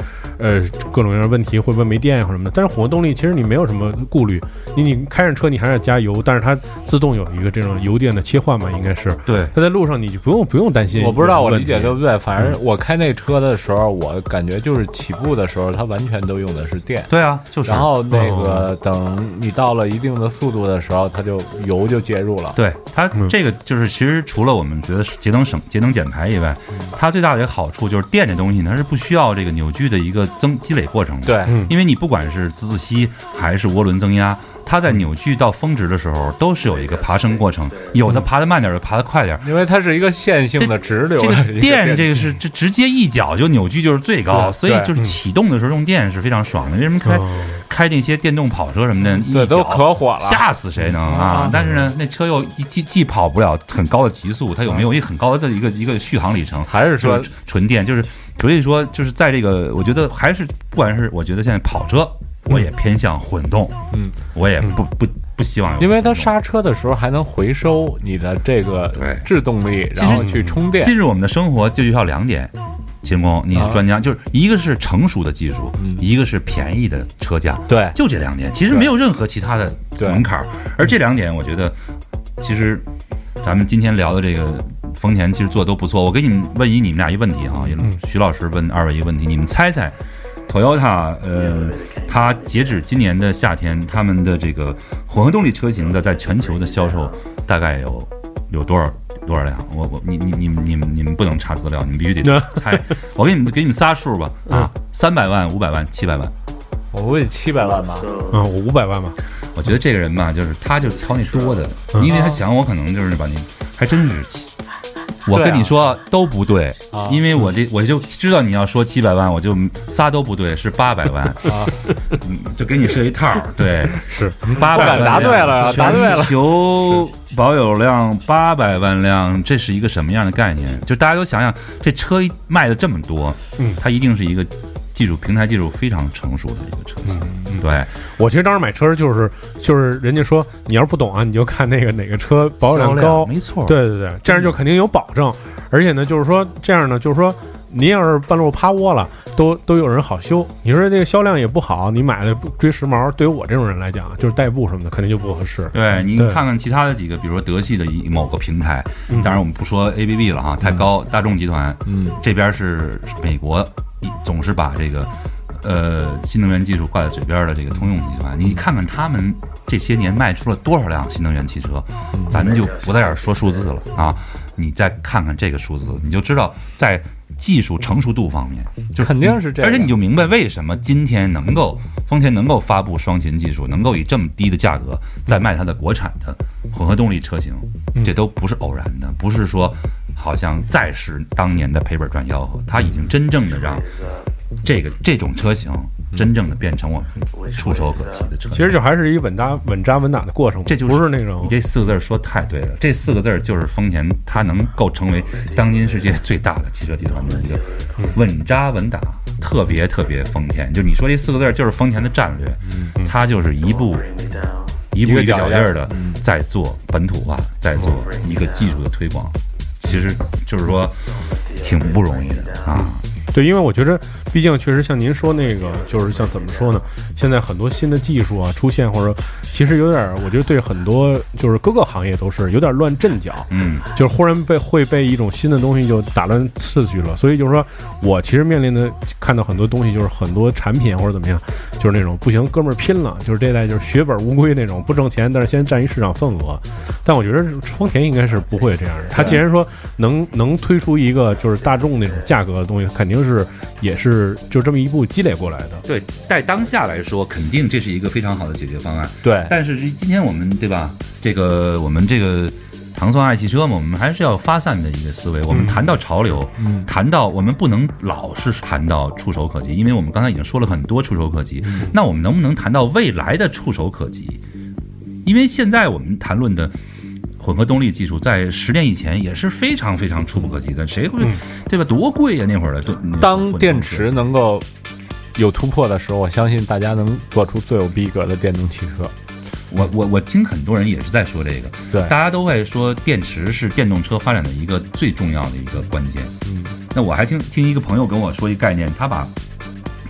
呃各种各样的问题，会不会没电呀或什么的。但是混合动力其实你没有什么顾虑，你你开上车你还是要加油，但是它自动有一个这种油电的切换嘛，应该是。 对， 它在路上你就不用不用担心。 我不知道我理解对不对，反正我开那车的时候，我感觉就是起步的时候，它完全都用的是电。 对啊，就是。 然后那个等你到了一定的速度的时候，它就油就介入了。 对，它这个就是其实除了我们觉得节能省节能减排以外，它最大的一个好处就是电这东西它是不需要这个扭矩的一个增积累过程的。 对， 因为你不管是自自吸还是涡轮增压，它在扭矩到峰值的时候都是有一个爬升过程，有的爬得慢点，有的爬得快点， 因为它是一个线性的直流。 这个电这个是这直接一脚就扭矩就是最高，所以就是启动的时候用电是非常爽的。为什么开、嗯、开那些电动跑车什么的， 对，都可火了， 吓死谁能啊？但是呢，那车又既既跑不了很高的极速，它有没有一个很高的一个一个续航里程？ 还是说就是纯电？就是所以说就是在这个，我觉得还是不管是我觉得现在跑车。我也偏向混动，嗯，我也不不不希望有， 因为它刹车的时候还能回收你的这个制动力，然后去充电。 进入我们的生活就要两点，秦工，你是专家，就是一个是成熟的技术，一个是便宜的车价， 对， 就这两点，其实没有任何其他的门槛。而这两点，我觉得其实咱们今天聊的这个丰田其实做的都不错。我给你们问一你们俩一个问题哈，徐老师问二位一个问题，你们猜猜。Toyota， 呃，它截止今年的夏天，他们的这个混合动力车型的在全球的销售大概有有多少多少辆？我我你你你们你们你们不能查资料，你们必须得猜。我给你们给你们仨数吧，啊，三百万、五百万、七百万。 我估计七百万吧。 嗯，我五百万吧。 我觉得这个人吧，就是他就挑那多的，因为他想我可能就是把你还真是。我跟你说都不对，啊、因为我这我就知道你要说七百万，我就仨都不对，是八百万啊，嗯，就给你设一套，对， 是八百万答对了，答对了， 全球保有量八百万辆，这是一个什么样的概念？就大家都想想，这车卖的这么多，嗯，它一定是一个技术平台技术非常成熟的一个车型。嗯，对， 我其实当时买车就是就是人家说你要是不懂啊，你就看那个哪个车保有量高， 没错， 对对对，这样就肯定有保证。而且呢，就是说这样呢，就是说您要是半路趴窝了，都都有人好修。你说这个销量也不好，你买的追时髦，对于我这种人来讲，就是代步什么的，肯定就不合适。 对，你看看其他的几个，比如说德系的某个平台，嗯、当然我们不说 A B B 了哈，太高。嗯、大众集团，嗯，这边是美国，总是把这个呃新能源技术挂在嘴边的这个通用集团，你看看他们这些年卖出了多少辆新能源汽车，嗯、咱们就不在这儿说数字了啊。你再看看这个数字，你就知道在技术成熟度方面，就肯定是这样。 而且你就明白为什么今天能够丰田能够发布双擎技术，能够以这么低的价格再卖它的国产的混合动力车型，这都不是偶然的，不是说好像再是当年的赔本赚吆喝，它已经真正的让这个这种车型真正的变成我们触手可及的车型。 其实就还是一稳扎稳扎稳打的过程， 这就不是那种。 你这四个字说太对了，这四个字就是丰田它能够成为当今世界最大的汽车集团的一个稳扎稳打，特别特别丰田。就你说这四个字就是丰田的战略，它就是一步一步一个脚印的在做本土化，在做一个技术的推广，其实就是说挺不容易的啊。 对，因为我觉得，毕竟确实像您说那个，就是像怎么说呢？现在很多新的技术啊出现，或者其实有点，我觉得对很多就是各个行业都是有点乱阵脚，嗯，就是忽然被会被一种新的东西就打乱次序了。所以就是说我其实面临的看到很多东西，就是很多产品或者怎么样，就是那种不行，哥们儿拼了，就是这代就是血本无归那种，不挣钱，但是先占一市场份额。但我觉得丰田应该是不会这样的。他既然说能能推出一个就是大众那种价格的东西，肯定是也是就这么一步积累过来的。 对，在当下来说，肯定这是一个非常好的解决方案。 对， 但是今天我们对吧？这个我们这个糖蒜爱汽车嘛，我们还是要发散的一个思维。我们谈到潮流，嗯、谈到我们不能老是谈到触手可及，因为我们刚才已经说了很多触手可及。嗯、那我们能不能谈到未来的触手可及？因为现在我们谈论的混合动力技术在十年以前也是非常非常触不可及的，谁会、嗯、对吧？多贵呀、啊！那会儿的。 当电池能够有突破的时候，我相信大家能做出最有逼格的电动汽车。 我我我听很多人也是在说这个， 对， 大家都会说电池是电动车发展的一个最重要的一个关键。嗯，那我还听听一个朋友跟我说一个概念，他把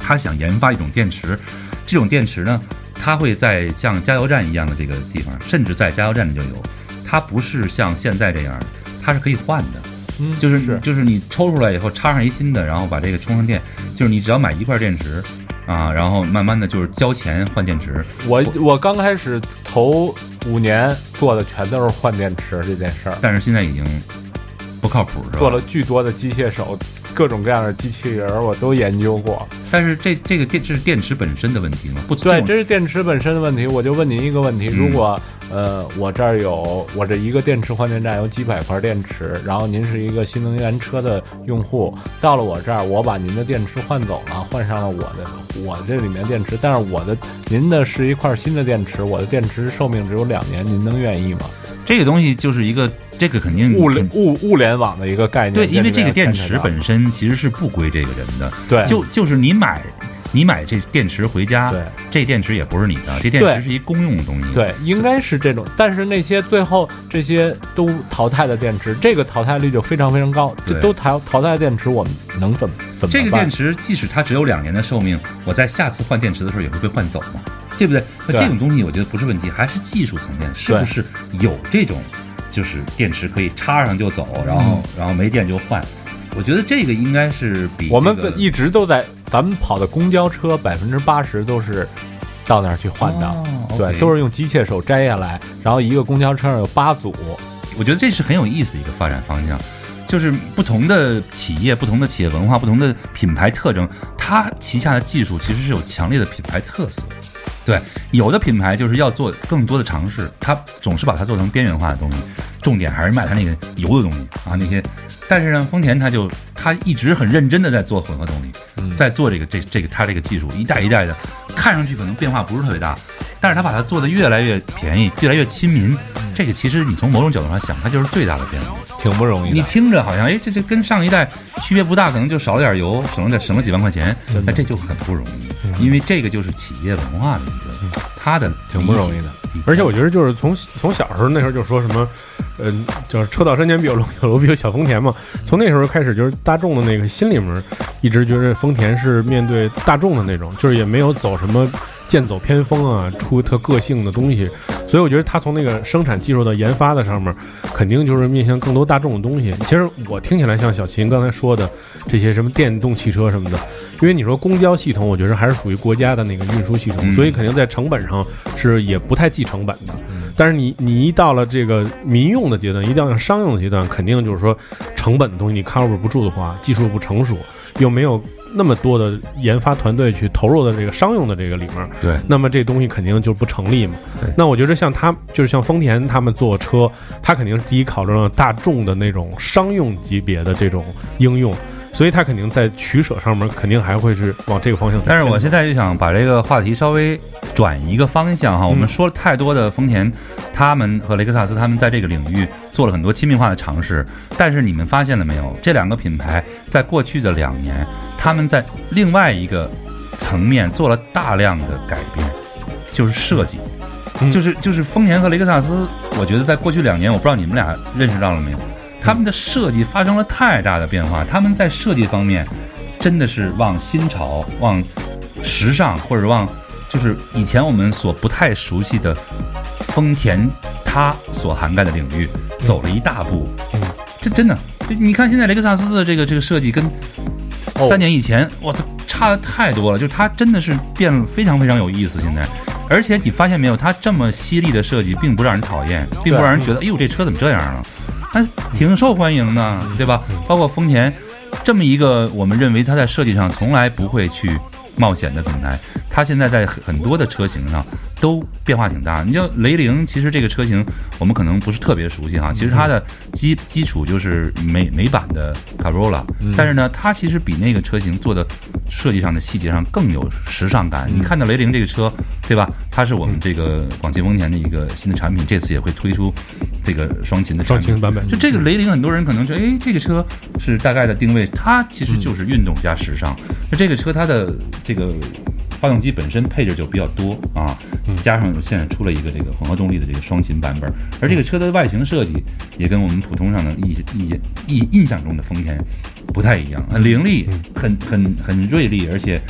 他想研发一种电池，这种电池呢，它会在像加油站一样的这个地方，甚至在加油站里就有，它不是像现在这样，它是可以换的。 嗯， 就是是就是你抽出来以后插上一新的，然后把这个充上电，就是你只要买一块电池啊，然后慢慢的就是交钱换电池。 我我刚开始头五年做的全都是换电池这件事儿， 但是现在已经不靠谱，是吧？ 做了巨多的机械手，各种各样的机器人我都研究过。 但是这这个电这是电池本身的问题吗？不对，这是电池本身的问题。我就问您一个问题：如果、嗯、呃我这儿有我这一个电池换电站有几百块电池，然后您是一个新能源车的用户，到了我这儿，我把您的电池换走了，换上了我的我这里面电池，但是我的您的是一块新的电池，我的电池寿命只有两年，您能愿意吗？ 这个东西就是一个，这个肯定物联物物联网的一个概念。 对，因为这个电池本身其实是不归这个人的。 对， 就就是你买你买这电池回家， 对， 这电池也不是你的，这电池是一公用的东西。 对，应该是这种。但是那些最后这些都淘汰的电池，这个淘汰率就非常非常高。这都淘淘汰的电池，我们能怎么怎么办？ 这个电池即使它只有两年的寿命，我在下次换电池的时候也会被换走嘛。对不对？那这种东西我觉得不是问题，还是技术层面，是不是有这种，就是电池可以插上就走，然后、嗯、然后没电就换？我觉得这个应该是比、这个、 我们一直都在，咱们跑的公交车百分之八十都是到那儿去换的， 哦、 对， okay 都是用机械手摘下来，然后一个公交车上有八组。 我觉得这是很有意思的一个发展方向。就是不同的企业、不同的企业文化、不同的品牌特征，它旗下的技术其实是有强烈的品牌特色。对，有的品牌就是要做更多的尝试，它总是把它做成边缘化的东西，重点还是卖它那个油的东西啊那些。但是呢，丰田它就它一直很认真的在做混合动力，嗯、在做这个这这个它这个技术一代一代的，看上去可能变化不是特别大，但是它把它做得越来越便宜，越来越亲民。嗯、这个其实你从某种角度上想，它就是最大的变化， 挺不容易的。 你听着好像哎，这这跟上一代区别不大，可能就少了点油，省了点省了几万块钱，但这就很不容易。因为这个就是企业文化的一个，它的挺不容易的。 而且我觉得就是从从小时候那时候就说什么，嗯、呃，就是车到山前必有路，有路必有小丰田嘛。从那时候开始，就是大众的那个心里面一直觉得丰田是面对大众的那种，就是也没有走什么剑走偏锋啊，出特个性的东西。所以我觉得他从那个生产技术的研发的上面，肯定就是面向更多大众的东西。其实我听起来像小秦刚才说的这些什么电动汽车什么的，因为你说公交系统，我觉得还是属于国家的那个运输系统，所以肯定在成本上是也不太计成本的。但是你你一到了这个民用的阶段，一定要商用的阶段，肯定就是说成本的东西你 cover 不住的话，技术不成熟，又没有那么多的研发团队去投入的这个商用的这个里面， 对， 那么这东西肯定就不成立嘛。那我觉得像他就是像丰田他们做车，他肯定是第一考虑到大众的那种商用级别的这种应用，所以他肯定在取舍上面肯定还会是往这个方向走。 但是我现在就想把这个话题稍微转一个方向哈，我们说了太多的丰田他们和雷克萨斯他们在这个领域做了很多亲民化的尝试，但是你们发现了没有，这两个品牌在过去的两年他们在另外一个层面做了大量的改变，就是设计，嗯、就是就是丰田和雷克萨斯，我觉得在过去两年，我不知道你们俩认识到了没有，他们的设计发生了太大的变化，他们在设计方面真的是往新潮、往时尚，或者往就是以前我们所不太熟悉的丰田它所涵盖的领域走了一大步。嗯，这真的，这你看现在雷克萨斯的这个这个设计跟三年以前，哇，它差的太多了，就是它真的是变了，非常非常有意思。现在，而且你发现没有，它这么犀利的设计，并不让人讨厌，并不让人觉得，哎呦，这车怎么这样了？它挺受欢迎的，对吧？包括丰田这么一个我们认为它在设计上从来不会去冒险的品牌，它现在在很多的车型上都变化挺大。你像雷凌，其实这个车型我们可能不是特别熟悉哈，其实它的基基础就是美美版的 Corolla， 但是呢，它其实比那个车型做的设计上的细节上更有时尚感。你看到雷凌这个车，对吧？它是我们这个广汽丰田的一个新的产品，这次也会推出这个双擎的双擎版本。 就这个雷凌，很多人可能说，哎，这个车是大概的定位，它其实就是运动加时尚。那这个车它的这个发动机本身配置就比较多啊，加上现在出了一个这个混合动力的这个双擎版本，而这个车的外形设计也跟我们普通上的印印印印象中的丰田不太一样，很凌厉，很很很锐利，而且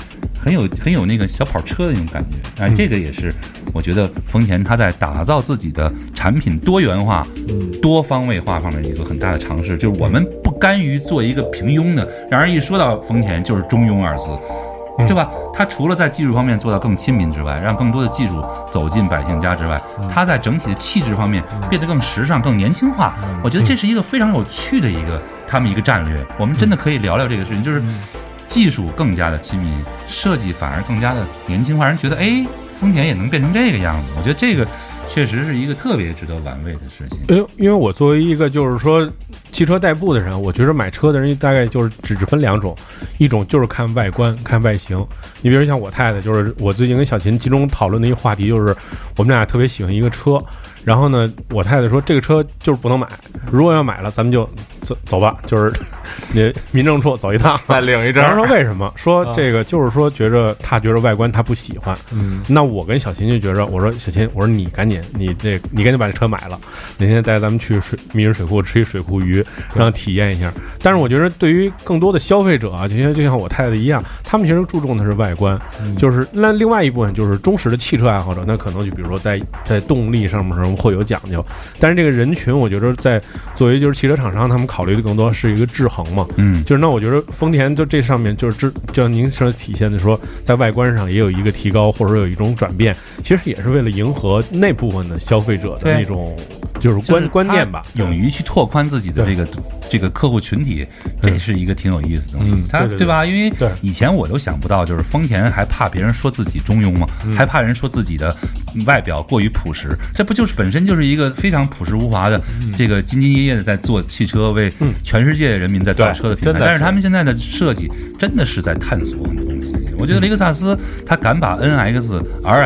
很有很有那个小跑车的那种感觉。哎、呃，这个也是我觉得丰田它在打造自己的产品多元化、多方位化方面一个很大的尝试。就是我们不甘于做一个平庸的，让人一说到丰田就是中庸二字。对吧？它除了在技术方面做到更亲民之外，让更多的技术走进百姓家之外，它在整体的气质方面变得更时尚、更年轻化。我觉得这是一个非常有趣的一个他们一个战略。我们真的可以聊聊这个事情，就是技术更加的亲民，设计反而更加的年轻化，人觉得哎，丰田也能变成这个样子。我觉得这个确实是一个特别值得玩味的事情。 因为因为我作为一个就是说汽车代步的人，我觉得买车的人大概就是只只分两种，一种就是看外观看外形。你比如像我太太，就是我最近跟小秦集中讨论的一个话题，就是我们俩特别喜欢一个车，然后呢我太太说这个车就是不能买，如果要买了咱们就走走吧，就是你民政处走一趟再领一张。 然后说为什么？说这个就是说觉着他觉得外观他不喜欢。嗯，那我跟小秦就觉着，我说小秦，我说你赶紧你这你赶紧把这车买了，哪天带咱们去水密云水库吃一水库鱼，让体验一下。但是我觉得对于更多的消费者啊，就像就像我太太一样，他们其实注重的是外观。嗯、就是那另外一部分就是忠实的汽车爱好者，那可能就比如说在在动力上面上会有讲究。但是这个人群，我觉得在作为就是汽车厂商，他们考虑的更多是一个制衡嘛。嗯，就是那我觉得丰田就这上面就是制，就像您说体现的说，在外观上也有一个提高，或者说有一种转变，其实也是为了迎合那部分的消费者的那种就是观、就是、观念吧， 勇于去拓宽自己的这个这个客户群体，这是一个挺有意思的东西。嗯，他 对, 对, 对吧？因为以前我都想不到，就是丰田还怕别人说自己中庸吗？嗯、还怕人说自己的外表过于朴实？这不就是本身就是一个非常朴实无华的，嗯、这个兢兢业业的在做汽车，为全世界人民在造车的品牌。但是他们现在的设计真的是在探索很多东西。我觉得雷克萨斯他敢把 N X、R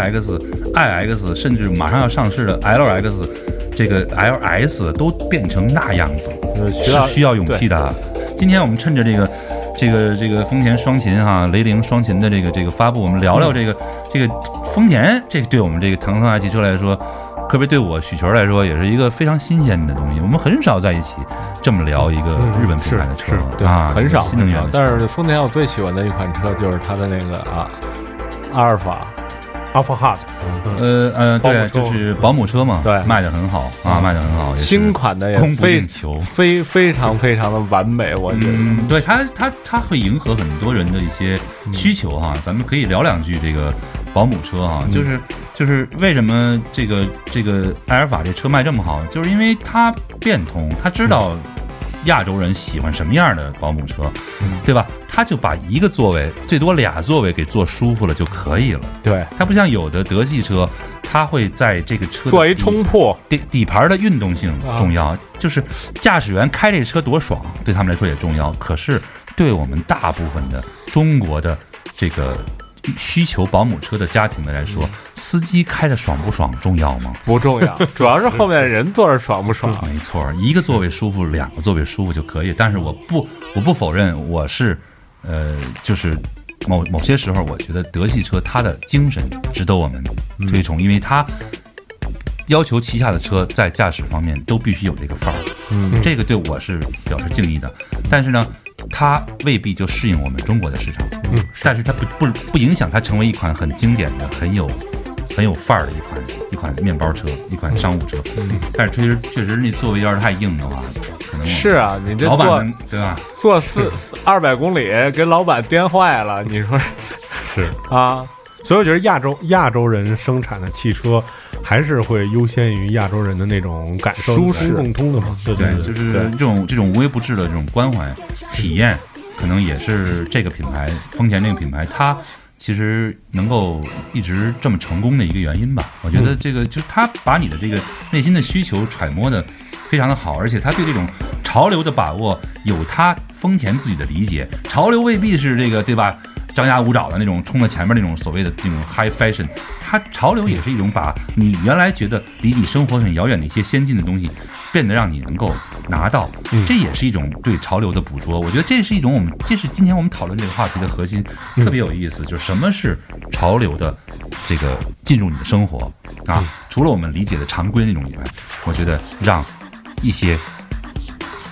X、I X， 甚至马上要上市的 L X。这个 L S 都变成那样子，是需要勇气的。今天我们趁着这个这个这个丰田双擎哈，雷凌双擎的这个这个发布，我们聊聊这个、嗯、这个丰田，这个对我们这个唐宋爱汽车来说，特别对我许球来说，也是一个非常新鲜的东西。我们很少在一起这么聊一个日本品牌的车、 嗯、对啊，很少新能源的。但是丰田我最喜欢的一款车就是它的那个啊阿尔法。 阿法哈呃呃，对，就是保姆车嘛，对，卖的很好啊，卖的很好。 新款的也供不应求， 非非常非常的完美，我觉得。 嗯，对，它它它会迎合很多人的一些需求哈。咱们可以聊两句这个保姆车哈，就是就是为什么这个这个埃尔法这车卖这么好，就是因为它变通，它知道亚洲人喜欢什么样的保姆车，对吧？他就把一个座位，最多俩座位给做舒服了就可以了。 对， 它不像有的德系车，它会在这个车做一通铺， 底底盘的运动性重要，啊、就是驾驶员开这车多爽，对他们来说也重要。可是对我们大部分的中国的这个需求保姆车的家庭的来说，司机开的爽不爽重要吗？ 不重要，主要是后面人坐着爽不爽。 没错，一个座位舒服，两个座位舒服就可以。但是我不，我不否认，我是，呃，就是某某些时候，我觉得德系车它的精神值得我们推崇，嗯、因为它要求旗下的车在驾驶方面都必须有这个范儿。嗯，这个对我是表示敬意的。但是呢，它未必就适应我们中国的市场，嗯，但是它不不不影响它成为一款很经典的、很有很有范儿的一款一款面包车，一款商务车。嗯，但是确实确实那座位要是太硬的话，可能是啊，你这老板能对吧？ 坐四二百公里给老板颠坏了，你说是啊？ 所以我觉得亚洲亚洲人生产的汽车还是会优先于亚洲人的那种感受， 舒适共通的嘛。 对对，就是这种这种无微不至的这种关怀体验，可能也是这个品牌丰田这个品牌它其实能够一直这么成功的一个原因吧。我觉得这个就是它把你的这个内心的需求揣摩的非常的好，而且它对这种潮流的把握有它丰田自己的理解。潮流未必是这个对吧？张牙舞爪的那种冲在前面那种所谓的这种 high fashion， 它潮流也是一种把你原来觉得离你生活很遥远的一些先进的东西变得让你能够拿到，这也是一种对潮流的捕捉。我觉得这是一种我们这是今天我们讨论这个话题的核心，特别有意思，就是什么是潮流的这个进入你的生活啊？除了我们理解的常规那种以外，我觉得让一些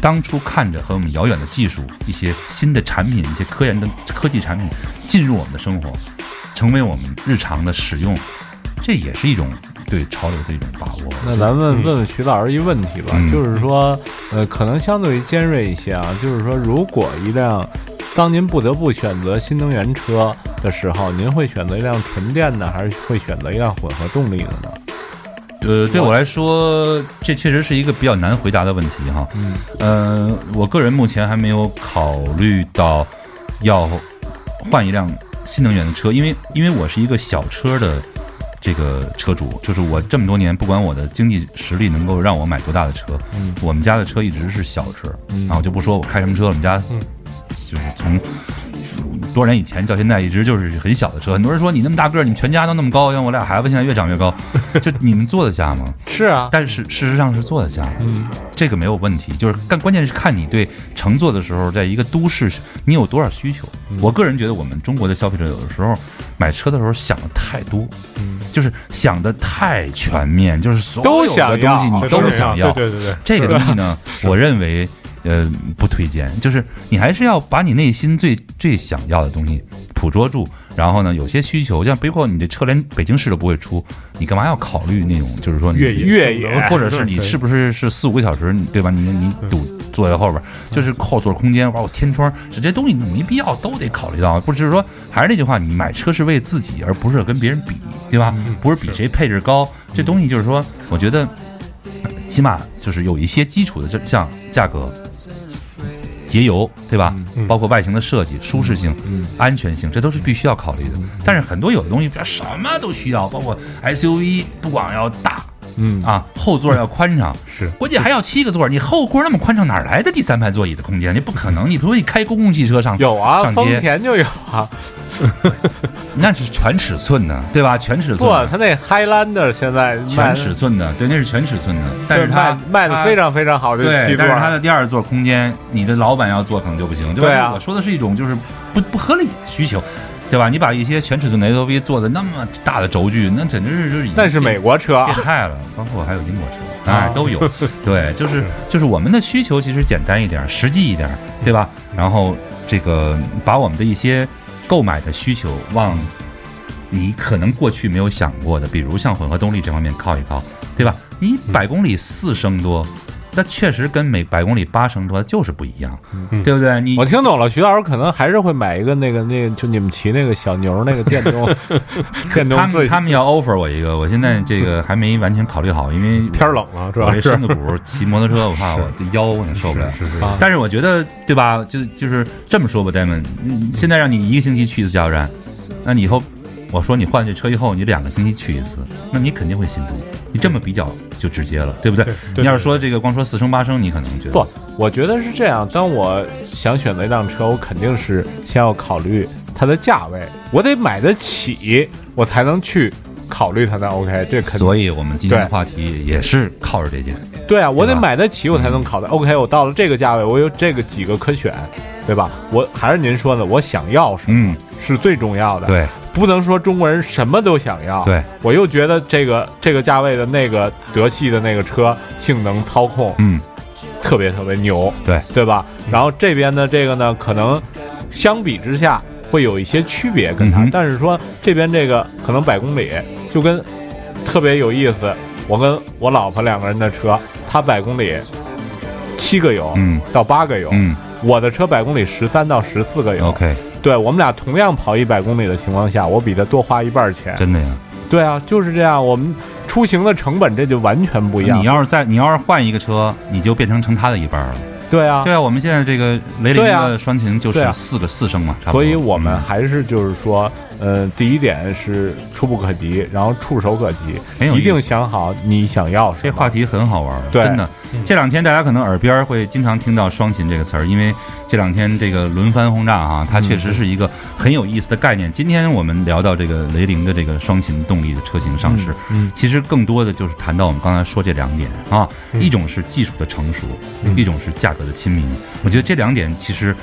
当初看着和我们遥远的技术、一些新的产品、一些科研的科技产品进入我们的生活，成为我们日常的使用，这也是一种对潮流的一种把握。 那咱们问问徐老师一问题吧， 嗯、 就是说，呃，可能相对于尖锐一些啊，就是说，如果一辆当您不得不选择新能源车的时候，您会选择一辆纯电的，还是会选择一辆混合动力的呢？ 呃，对我来说，这确实是一个比较难回答的问题哈。嗯，呃，我个人目前还没有考虑到要换一辆新能源的车，因为因为我是一个小车的这个车主，就是我这么多年，不管我的经济实力能够让我买多大的车，嗯，我们家的车一直是小车，嗯，啊，我就不说我开什么车，我们家就是从多少年以前到现在一直就是很小的车。很多人说你那么大个儿，你们全家都那么高，因为我俩孩子现在越长越高，就你们坐得下吗？ 是啊， 但是事实上是坐得下，嗯，这个没有问题。就是但关键是看你对乘坐的时候，在一个都市你有多少需求。嗯、我个人觉得我们中国的消费者有的时候买车的时候想的太多，嗯，就是想的太全面，就是所有的东西你都想要。 对对对， 这个东西呢，我认为。呃，不推荐，就是你还是要把你内心最最想要的东西捕捉住，然后呢，有些需求，像包括你这车连北京市都不会出，你干嘛要考虑那种，就是说你越野越野， 或者是你是不是是四五个小时，对吧？你你堵坐在后边，就是后座空间，包括天窗，这些东西你没必要都得考虑到。不是说还是那句话，你买车是为自己，而不是跟别人比，对吧？不是比谁配置高，这东西就是说，我觉得起码就是有一些基础的，像价格。节油对吧、嗯、包括外形的设计、舒适性、嗯、安全性，这都是必须要考虑的、嗯、但是很多有的东西什么都需要，包括 S U V 不光要大，嗯啊，后座要宽敞，是关键还要七个座，你后座那么宽敞，哪来的第三排座椅的空间？你不可能，你不会开公共汽车上有啊， 上街丰田就有啊， 那是全尺寸的，对吧？全尺寸的。 不，它那 Highlander 现在全尺寸的，对，那是全尺寸的，但是它卖的非常非常好的七座， 但是它的第二座空间，你的老板要坐可能就不行，对吧？ 对啊， 我说的是一种就是不不合理的需求。对吧？你把一些全尺寸的 S U V 做的那么大的轴距，那简直是就是那是美国车变态了，包括还有英国车，哎，都有。对，就是就是我们的需求其实简单一点，实际一点，对吧？然后这个把我们的一些购买的需求往你可能过去没有想过的，比如像混合动力这方面靠一靠，对吧？你百公里四升多。那确实跟每百公里八升多就是不一样，嗯、对不对？你我听懂了，徐老师可能还是会买一个那个那个，就你们骑那个小牛那个电动电动。 他们他们要 offer 我一个，我现在这个还没完全考虑好，因为天冷了，主要是身子骨骑摩托车，我怕我的腰我受不了。 是是是。 但是我觉得，对吧？就就是这么说吧 ，Damon， 现在让你一个星期去一次加油站，那你以后我说你换这车以后，你两个星期去一次，那你肯定会心动。你这么比较就直接了，对不对？ 对对对， 你要是说这个光说四升八升，你可能觉得不，我觉得是这样。当我想选择一辆车，我肯定是先要考虑它的价位，我得买得起，我才能去考虑它的 OK。这肯定。 所以我们今天的话题也是靠着这件。 对啊，我得买得起，我才能考虑、嗯、OK。我到了这个价位，我有这个几个可选，对吧？我还是您说的，我想要什么、嗯、是最重要的。 对。 不能说中国人什么都想要， 对， 我又觉得这个这个价位的那个德系的那个车性能操控， 嗯， 特别特别牛， 对对吧？然后这边的这个呢，可能相比之下会有一些区别跟它，嗯、但是说这边这个可能百公里就跟特别有意思。我跟我老婆两个人的车，她百公里七个油， 嗯， 到八个油， 嗯， 我的车百公里十三到十四个油 ，OK。 对，我们俩同样跑一百公里的情况下，我比他多花一半钱。 真的呀？ 对啊，就是这样。我们出行的成本这就完全不一样。 你要是在，你要是换一个车，你就变成成他的一半了。 对啊， 对啊。我们现在这个雷凌的双擎就是四个、啊、四升嘛，差不多。 所以我们还是就是说，呃，第一点是触不可及，然后触手可及，一定想好你想要什么。 这话题很好玩， 对， 真的。这两天大家可能耳边会经常听到双擎这个词儿，因为这两天这个轮番轰炸啊，它确实是一个很有意思的概念。今天我们聊到这个雷凌的这个双擎动力的车型上市， 嗯， 其实更多的就是谈到我们刚才说这两点啊，一种是技术的成熟，一种是价格的亲民。我觉得这两点其实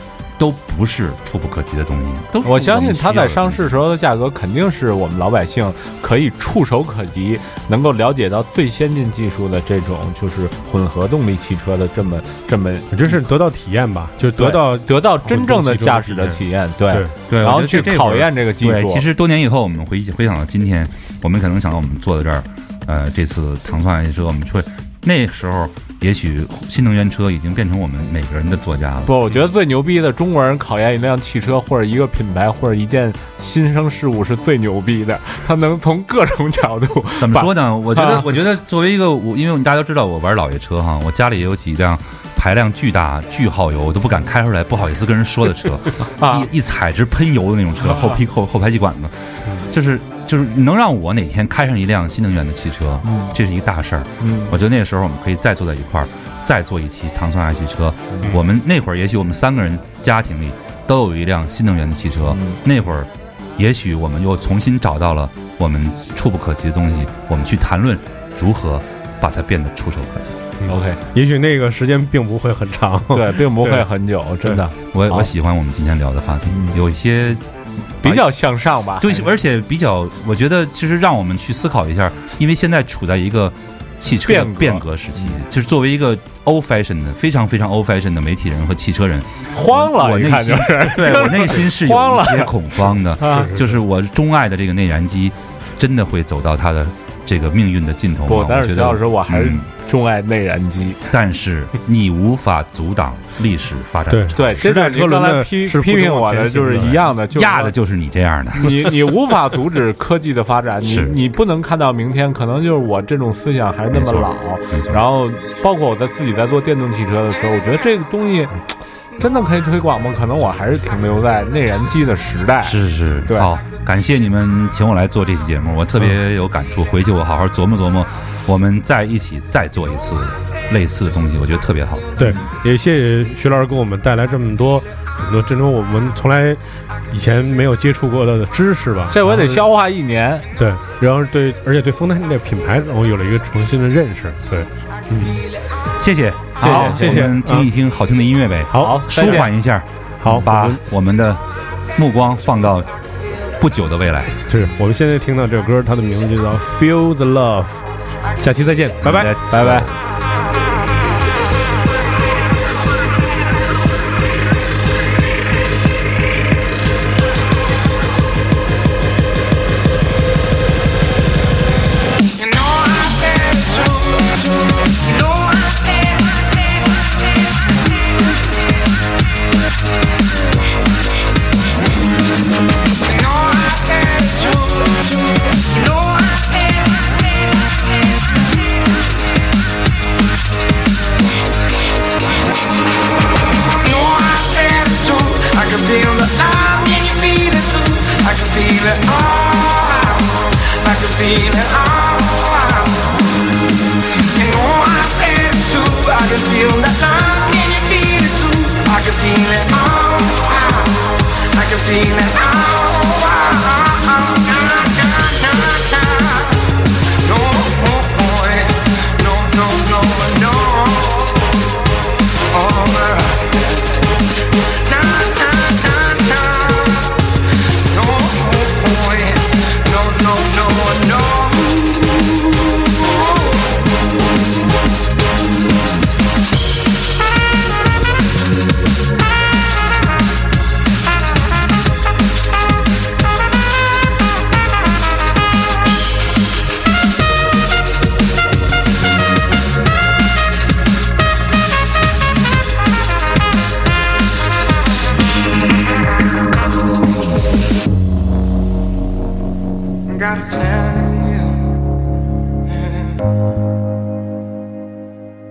都不是触不可及的东西。都我相信它在上市市时候的价格肯定是我们老百姓可以触手可及，能够了解到最先进技术的这种就是混合动力汽车的这么这么， 就是得到体验吧，就得到得到真正的驾驶的体验，对对对， 然后去考验这个技术。 其实多年以后，我们回回想到今天，我们可能想到我们坐在这儿，呃，这次糖蒜爱汽车，我们会那时候。也许新能源车已经变成我们每个人的座驾了。 不，我觉得最牛逼的中国人考验一辆汽车或者一个品牌或者一件新生事物是最牛逼的，他能从各种角度。 怎么说呢？我觉得， 啊、 我觉得作为一个我，因为大家都知道我玩老爷车哈，我家里也有几辆排量巨大、巨耗油，我都不敢开出来，不好意思跟人说的车，啊、一一踩直喷油的那种车，后屁后后排气管子，就是就是能让我哪天开上一辆新能源的汽车，嗯、这是一个大事儿。嗯，我觉得那个时候我们可以再坐在一块儿。再做一期糖蒜爱汽车，嗯、我们那会儿也许我们三个人家庭里都有一辆新能源的汽车，嗯、那会儿也许我们又重新找到了我们触不可及的东西，我们去谈论如何把它变得触手可及。 嗯、OK， 也许那个时间并不会很长， 对，并不会很久，真的。 我我喜欢我们今天聊的话题，嗯、有一些比较向上吧， 对，而且比较，我觉得其实让我们去思考一下，因为现在处在一个。汽车的变革时期，就是作为一个 old fashion 的非常非常 old fashion 的媒体人和汽车人， 慌了， 我内心对我内心是有一些恐慌的，就是我钟爱的这个内燃机，真的会走到它的这个命运的尽头吗？ 不，但是徐老师，我还是钟爱内燃机， 嗯、但是你无法阻挡历史发展。 对对， 时代车轮的批批评我的就是一样的， 压的就是你这样的。 你你无法阻止科技的发展，你你不能看到明天，可能就是我这种思想还是那么老。然后包括我在自己在做电动汽车的时候，我觉得这个东西。真的可以推广吗？可能我还是停留在内燃机的时代。 是是， 对。 好，感谢你们请我来做这期节目，我特别有感触。回去我好好琢磨琢磨，我们再一起再做一次类似的东西，我觉得特别好。 对，也谢谢徐老师给我们带来这么多这么多这种我们从来以前没有接触过的知识吧。 这我得消化一年。 对，然后对，而且对丰田这个品牌，然后有了一个重新的认识。对，嗯。 谢谢，谢谢， 谢谢。 我们听一听好听的音乐呗， 好， 舒缓一下， 好， 把我们的目光放到不久的未来。 是我们现在听到这首歌，它的名字就叫《Feel the Love》。下期再见，拜拜， 拜拜。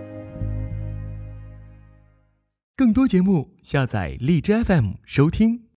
更多节目，下载荔枝 F M 收听。